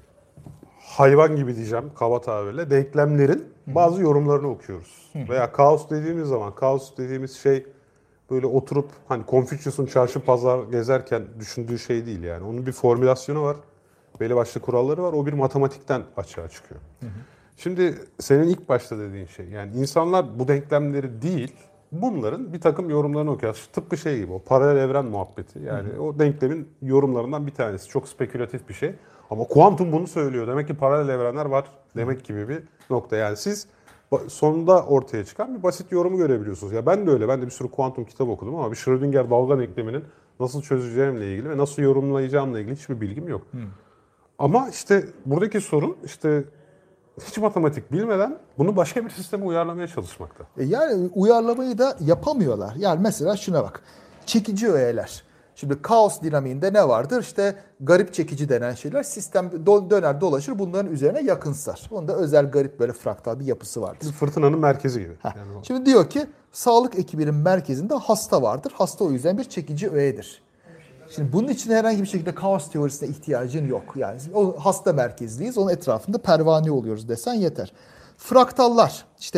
hayvan gibi diyeceğim kaba tabirle denklemlerin bazı yorumlarını okuyoruz. Veya kaos dediğimiz zaman kaos dediğimiz şey böyle oturup hani Confucius'un çarşı pazar gezerken düşündüğü şey değil yani. Onun bir formülasyonu var. Belli başlı kuralları var. O bir matematikten açığa çıkıyor. Şimdi senin ilk başta dediğin şey yani insanlar bu denklemleri değil bunların bir takım yorumlarını okuyor. Tıpkı şey gibi o paralel evren muhabbeti. Yani o denklemin yorumlarından bir tanesi. Çok spekülatif bir şey. Ama kuantum bunu söylüyor. Demek ki paralel evrenler var demek gibi bir nokta. Yani siz sonunda ortaya çıkan bir basit yorumu görebiliyorsunuz. Ya ben de öyle. Ben de bir sürü kuantum kitap okudum ama bir Schrödinger dalga denkleminin nasıl çözeceğimle ilgili ve nasıl yorumlayacağımla ilgili hiçbir bilgim yok. Ama işte buradaki sorun işte hiç matematik bilmeden bunu başka bir sisteme uyarlamaya çalışmakta. Yani uyarlamayı da yapamıyorlar. Yani mesela şuna bak. Çekici öğeler. Şimdi kaos dinamiğinde ne vardır? İşte garip çekici denen şeyler sistem döner dolaşır bunların üzerine yakınsar. Bunun da özel garip böyle fraktal bir yapısı vardır. Bir fırtınanın merkezi gibi. Yani Şimdi diyor ki sağlık ekibinin merkezinde hasta vardır. Hasta o yüzden bir çekici öğedir. Şimdi bunun için herhangi bir şekilde kaos teorisine ihtiyacın yok. Yani o hasta merkezliyiz. Onun etrafında pervane oluyoruz desen yeter. Fraktallar işte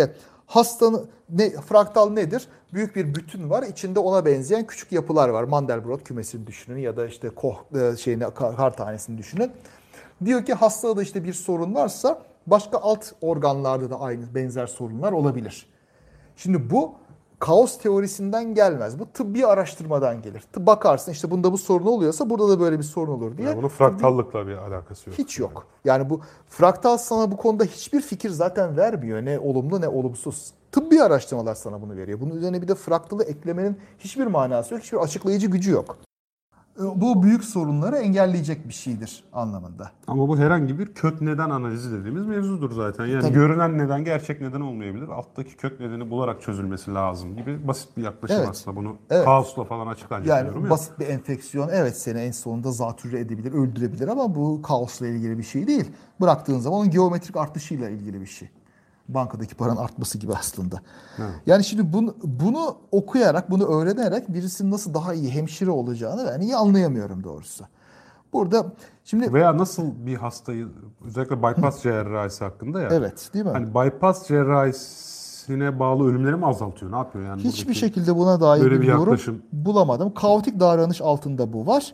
Fraktal nedir? Büyük bir bütün var. İçinde ona benzeyen küçük yapılar var. Mandelbrot kümesini düşünün ya da işte Koch kar tanesini düşünün. Diyor ki hastada da işte bir sorun varsa başka alt organlarda da aynı benzer sorunlar olabilir. Şimdi bu kaos teorisinden gelmez. Bu tıbbi araştırmadan gelir. Bakarsın işte bunda bu sorun oluyorsa burada da böyle bir sorun olur diye. Yani bunun fraktallıkla bir alakası yok. Hiç yok. Yani bu fraktal sana bu konuda hiçbir fikir zaten vermiyor. Ne olumlu ne olumsuz. Tıbbi araştırmalar sana bunu veriyor. Bunun üzerine bir de fraktalı eklemenin hiçbir manası yok. Hiçbir açıklayıcı gücü yok. Bu büyük sorunları engelleyecek bir şeydir anlamında. Ama bu herhangi bir kök neden analizi dediğimiz mevzudur zaten. Yani Tabii. görünen neden gerçek neden olmayabilir. Alttaki kök nedeni bularak çözülmesi lazım gibi basit bir yaklaşım Evet. aslında. Bunu Evet. kaosla falan açıklanacak diyorum Yani ya. basit bir enfeksiyon evet seni en sonunda zatürre edebilir, öldürebilir ama bu kaosla ilgili bir şey değil. Bıraktığın zaman onun geometrik artışıyla ilgili bir şey. Bankadaki paranın artması gibi aslında. Evet. Yani şimdi bunu okuyarak, bunu öğrenerek birisinin nasıl daha iyi hemşire olacağını ben iyi anlayamıyorum doğrusu. Burada şimdi Veya nasıl bir hastayı özellikle bypass cerrahisi hakkında ya. evet değil mi? Hani bypass cerrahisine bağlı ölümleri mi azaltıyor? Ne yapıyor yani? Hiçbir buradaki şekilde buna dair böyle bir bir yorum yaklaşım. bulamadım. Kaotik davranış altında bu var.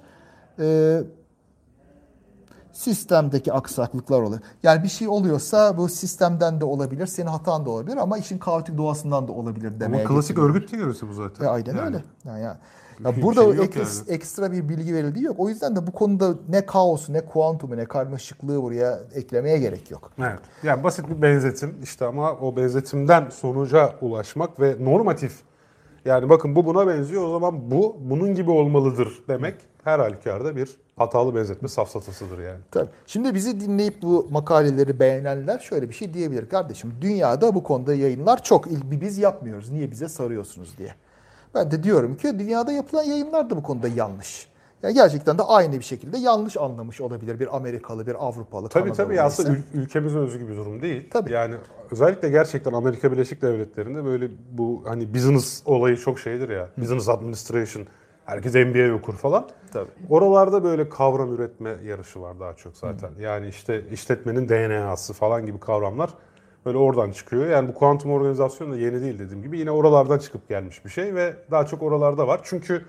Sistemdeki aksaklıklar oluyor. Yani bir şey oluyorsa bu sistemden de olabilir, senin hatan da olabilir ama işin kaotik doğasından da olabilir demeye Ama klasik getiriyorum. örgüt teorisi bu zaten. Aynen Yani. öyle. Ya Bir burada şey yok ekstra bir bilgi verildiği yok. O yüzden de bu konuda ne kaosu, ne kuantumu, ne karmaşıklığı buraya eklemeye gerek yok. Evet. Yani basit bir benzetim işte ama o benzetimden sonuca ulaşmak ve normatif yani bakın bu buna benziyor o zaman bu bunun gibi olmalıdır demek her halükarda bir hatalı benzetme safsatasıdır yani. Tabii. Şimdi bizi dinleyip bu makaleleri beğenenler şöyle bir şey diyebilir. Kardeşim dünyada bu konuda yayınlar çok. Biz yapmıyoruz. Niye bize sarıyorsunuz diye. Ben de diyorum ki dünyada yapılan yayınlar da bu konuda yanlış. Yani gerçekten de aynı bir şekilde yanlış anlamış olabilir bir Amerikalı, bir Avrupalı, Tabii Kanadalı aslında neyse. ülkemizin özgü bir durum değil. Tabii. Yani özellikle gerçekten Amerika Birleşik Devletleri'nde böyle bu hani business olayı çok şeydir ya. Business administration. Herkes MBA okur falan. Tabii. Oralarda böyle kavram üretme yarışı var daha çok zaten. Yani işte işletmenin DNA'sı falan gibi kavramlar böyle oradan çıkıyor. Yani bu kuantum organizasyon da yeni değil dediğim gibi. Yine oralardan çıkıp gelmiş bir şey ve daha çok oralarda var. Çünkü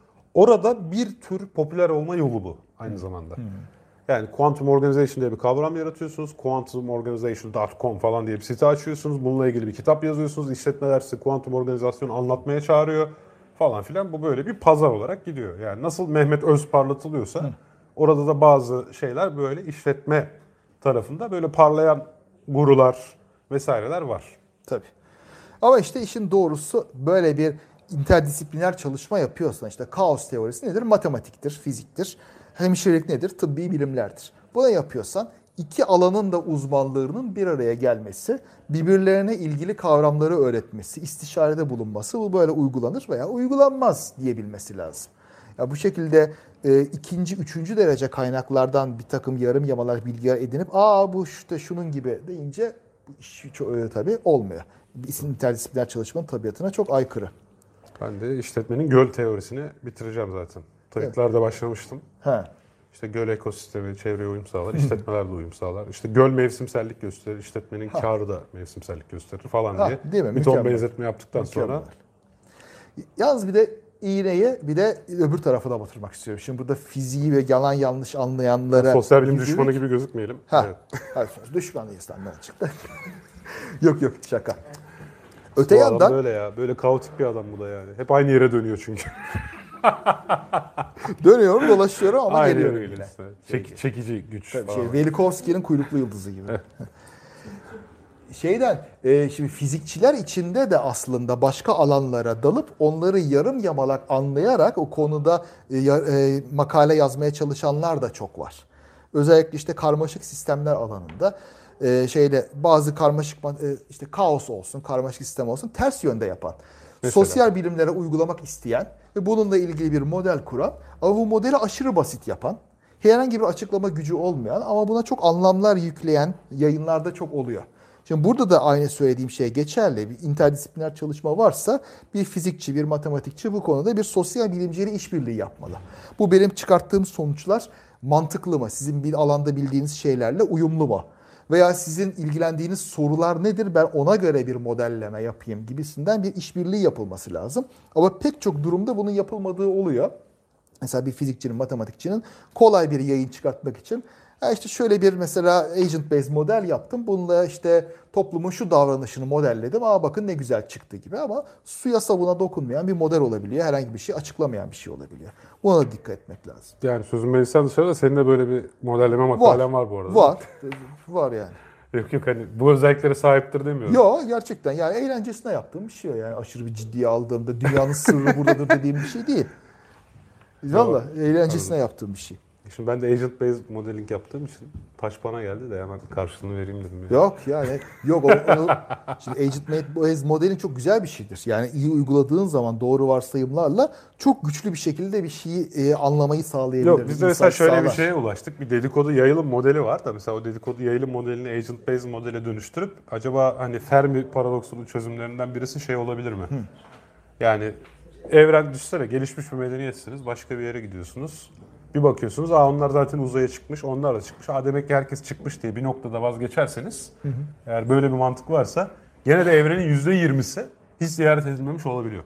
orada bir tür popüler olma yolu bu aynı zamanda. Yani Quantum Organization diye bir kavram yaratıyorsunuz. quantumorganization.com falan diye bir site açıyorsunuz. Bununla ilgili bir kitap yazıyorsunuz. İşletmeler size kuantum organizasyonu anlatmaya çağırıyor falan filan. Bu böyle bir pazar olarak gidiyor. Yani nasıl Mehmet Öz parlatılıyorsa orada da bazı şeyler böyle işletme tarafında böyle parlayan gurular vesaireler var. Tabii. Ama işte işin doğrusu böyle bir interdisipliner çalışma yapıyorsan işte kaos teorisi nedir? Matematiktir, fiziktir. Hemşirelik nedir? Tıbbi bilimlerdir. Bunu yapıyorsan iki alanın da uzmanlarının bir araya gelmesi, birbirlerine ilgili kavramları öğretmesi, istişarede bulunması bu böyle uygulanır veya uygulanmaz diyebilmesi lazım. Ya bu şekilde ikinci, üçüncü derece kaynaklardan bir takım yarım yamalar bilgiler edinip bu işte şunun gibi deyince bu iş tabii olmuyor. İnterdisipliner çalışmanın tabiatına çok aykırı. Ben de işletmenin göl teorisini bitireceğim zaten. Kayıtlarda başlamıştım. Ha. İşte göl ekosistemi çevreye uyum sağlar, işletmeler de uyum sağlar. İşte göl mevsimsellik gösterir, işletmenin karı da mevsimsellik gösterir falan diye. Değil mi? Bir ton Mükemmel. benzetme yaptıktan sonra. Yalnız bir de iğneyi bir de öbür tarafa da batırmak istiyorum. Şimdi burada fiziği ve yalan yanlış anlayanlara... Sosyal bilim düşmanı gibi gözükmeyelim. Evet. Hayır, düşmanıyız lan ne çıktı? Yok şaka. Öte Bu yandan... adam böyle ya, böyle kaotik bir adam bu da yani. Hep aynı yere dönüyor çünkü. Dönüyorum dolaşıyorum ama aynı geliyorum yere yine. Çekici güç falan. Velikovski'nin kuyruklu yıldızı gibi. Şimdi fizikçiler içinde de aslında başka alanlara dalıp onları yarım yamalak anlayarak o konuda makale yazmaya çalışanlar da çok var. Özellikle işte karmaşık sistemler alanında bazı karmaşık işte kaos olsun, karmaşık sistem olsun ters yönde yapan. Mesela. Sosyal bilimlere uygulamak isteyen ve bununla ilgili bir model kuran ama bu modeli aşırı basit yapan, herhangi bir açıklama gücü olmayan ama buna çok anlamlar yükleyen yayınlarda çok oluyor. Şimdi burada da aynı söylediğim şey geçerli. Bir interdisipliner çalışma varsa bir fizikçi, bir matematikçi bu konuda bir sosyal bilimciyle işbirliği yapmalı. Bu benim çıkarttığım sonuçlar mantıklı mı? Sizin bir alanda bildiğiniz şeylerle uyumlu mu? veya sizin ilgilendiğiniz sorular nedir, ben ona göre bir modelleme yapayım gibisinden bir işbirliği yapılması lazım. Ama pek çok durumda bunun yapılmadığı oluyor. Mesela bir fizikçinin, matematikçinin kolay bir yayın çıkartmak için işte şöyle bir mesela agent based model yaptım. Bununla işte toplumun şu davranışını modelledim. Bakın ne güzel çıktı gibi, ama suya sabuna dokunmayan bir model olabiliyor. Herhangi bir şey açıklamayan bir şey olabiliyor. Buna da dikkat etmek lazım. Yani sözün meclisten dışarıda senin de böyle bir modelleme makalen var bu arada. Var. Var yani. Yok hani bu özelliklere sahiptir demiyorum. Yok, gerçekten yani eğlencesine yaptığım bir şey o. Yani aşırı bir ciddiye aldığımda dünyanın sırrı buradadır dediğim bir şey değil. Valla eğlencesine yaptığım bir şey. Şimdi ben de agent based modeling yaptığım için taş bana geldi de hemen karşılığını vereyim dedim. Yani. Yok yani şimdi agent based modeling çok güzel bir şeydir. Yani iyi uyguladığın zaman doğru varsayımlarla çok güçlü bir şekilde bir şeyi anlamayı sağlayabilir. Yok biz de mesela şöyle bir şeye ulaştık. Bir dedikodu yayılım modeli var da mesela o dedikodu yayılım modelini agent based modele dönüştürüp acaba hani Fermi paradoksunun çözümlerinden birisi şey olabilir mi? Yani evren düşünsene, gelişmiş bir medeniyetsiniz, başka bir yere gidiyorsunuz. Bir bakıyorsunuz, onlar zaten uzaya çıkmış, onlar da çıkmış. Demek ki herkes çıkmış diye bir noktada vazgeçerseniz, eğer böyle bir mantık varsa, gene de evrenin %20'si hiç ziyaret edilmemiş olabiliyor.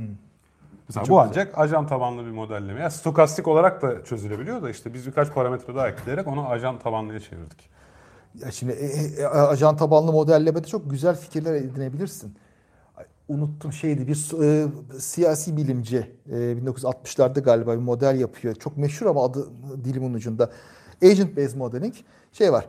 Mesela Çok bu güzel. ancak ajan tabanlı bir modelleme. Yani stokastik olarak da çözülebiliyor da işte biz birkaç parametre daha ekleyerek onu ajan tabanlıya çevirdik. Ya şimdi ajan tabanlı modellemede çok güzel fikirler edinebilirsin. Unuttum bir siyasi bilimci 1960'larda galiba bir model yapıyor. Çok meşhur ama adı dilimin ucunda. Agent based modeling var.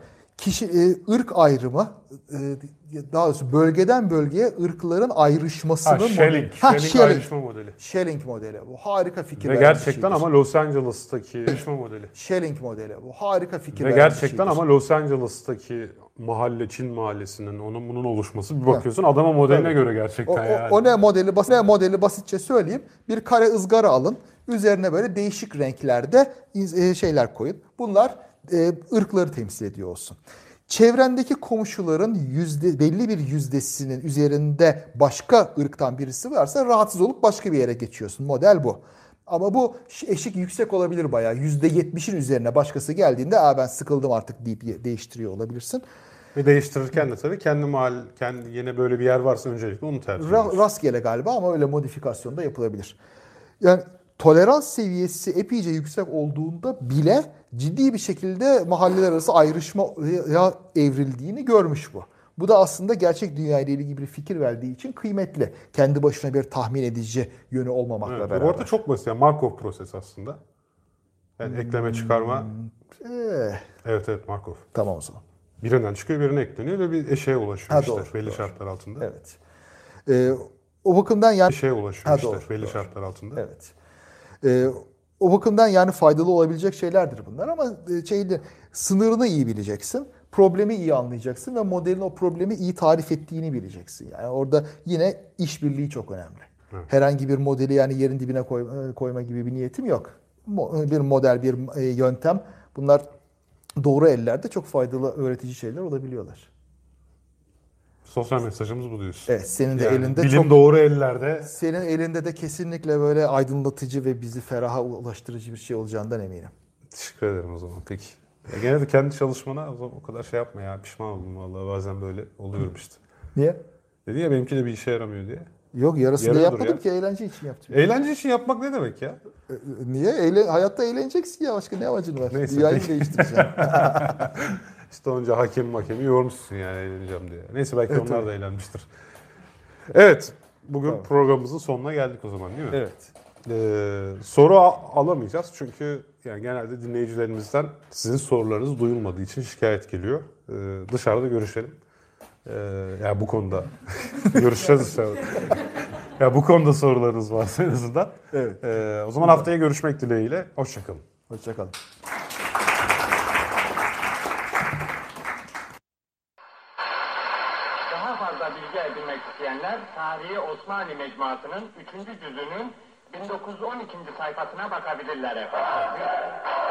Irk ayrımı, daha doğrusu bölgeden bölgeye ırkların ayrışmasının Schelling ayrışma modeli. Schelling modeli. Bu harika fikir. Ve gerçekten ama Los Angeles'taki ayrışma modeli. Schelling modeli. Bu harika fikir. Ve gerçekten ama Los Angeles'taki mahalle, Çin mahallesinin bunun oluşması, bir bakıyorsun adamın modeline göre gerçekten yani. O ne modeli basitçe söyleyeyim. Bir kare ızgara alın. Üzerine böyle değişik renklerde şeyler koyun. Bunlar ırkları temsil ediyor olsun. Çevrendeki komşuların belli bir yüzdesinin üzerinde başka ırktan birisi varsa rahatsız olup başka bir yere geçiyorsun. Model bu. Ama bu eşik yüksek olabilir bayağı. %70'in üzerine başkası geldiğinde ben sıkıldım artık deyip değiştiriyor olabilirsin. Ve değiştirirken de tabii kendi yine böyle bir yer varsa öncelikle onu tercih ediyorsun. Rastgele galiba ama öyle modifikasyon da yapılabilir. Yani tolerans seviyesi epeyce yüksek olduğunda bile ciddi bir şekilde mahalleler arası ayrışmaya evrildiğini görmüş bu. Bu da aslında gerçek dünya ile ilgili bir fikir verdiği için kıymetli. Kendi başına bir tahmin edici yönü olmamakla beraber. Bu arada çok basit. Yani Markov prosesi aslında. Yani ekleme çıkarma. Evet Markov. Tamam o zaman. Birinden çıkıyor, birine ekleniyor ve bir eşeğe ulaşıyor doğru, belli şartlar altında. Evet. O bakımdan yani eşeğe ulaşıyor belli şartlar altında. Evet. O bakımdan yani faydalı olabilecek şeylerdir bunlar ama sınırını iyi bileceksin. Problemi iyi anlayacaksın ve modelin o problemi iyi tarif ettiğini bileceksin. Yani orada yine işbirliği çok önemli. Evet. Herhangi bir modeli yani yerin dibine koyma gibi bir niyetim yok. Bir model, bir yöntem, bunlar doğru ellerde çok faydalı, öğretici şeyler olabiliyorlar. Sosyal mesajımız bu diyorsun. Evet, senin de elinde bilim çok doğru ellerde. Senin elinde de kesinlikle böyle aydınlatıcı ve bizi feraha ulaştırıcı bir şey olacağından eminim. Teşekkür ederim o zaman. Peki. Gene de kendi çalışmana o kadar şey yapma ya. Pişman oldum vallahi, bazen böyle oluyorum işte. Niye? Dedi ya benimki de bir işe yaramıyor diye. Yok, yarısını yapmadım ki, eğlence için yaptım. Eğlence için yapmak ne demek ya? Niye? Hayatta eğleneceksin ya, başka ne amacın var? Neyse, dünyayı değiştireceksin. İşte onca hakemi yormuşsun yani eğleneceğim diye. Neyse belki onlar da eğlenmiştir. Evet, bugün programımızın sonuna geldik o zaman, değil mi? Evet. Soru alamayacağız çünkü yani genelde dinleyicilerimizden sizin sorularınız duyulmadığı için şikayet geliyor. Dışarıda görüşelim. Yani bu konuda görüşeceğiz dışarıda. Ya bu konuda sorularınız varsa en azından. Evet. O zaman haftaya görüşmek dileğiyle. Hoşçakalın. Hoşçakalın. Daha fazla bilgi edinmek isteyenler Tarihi Osmanlı Mecmuası'nın 3. cüzünün 1912. sayfasına bakabilirler efendim.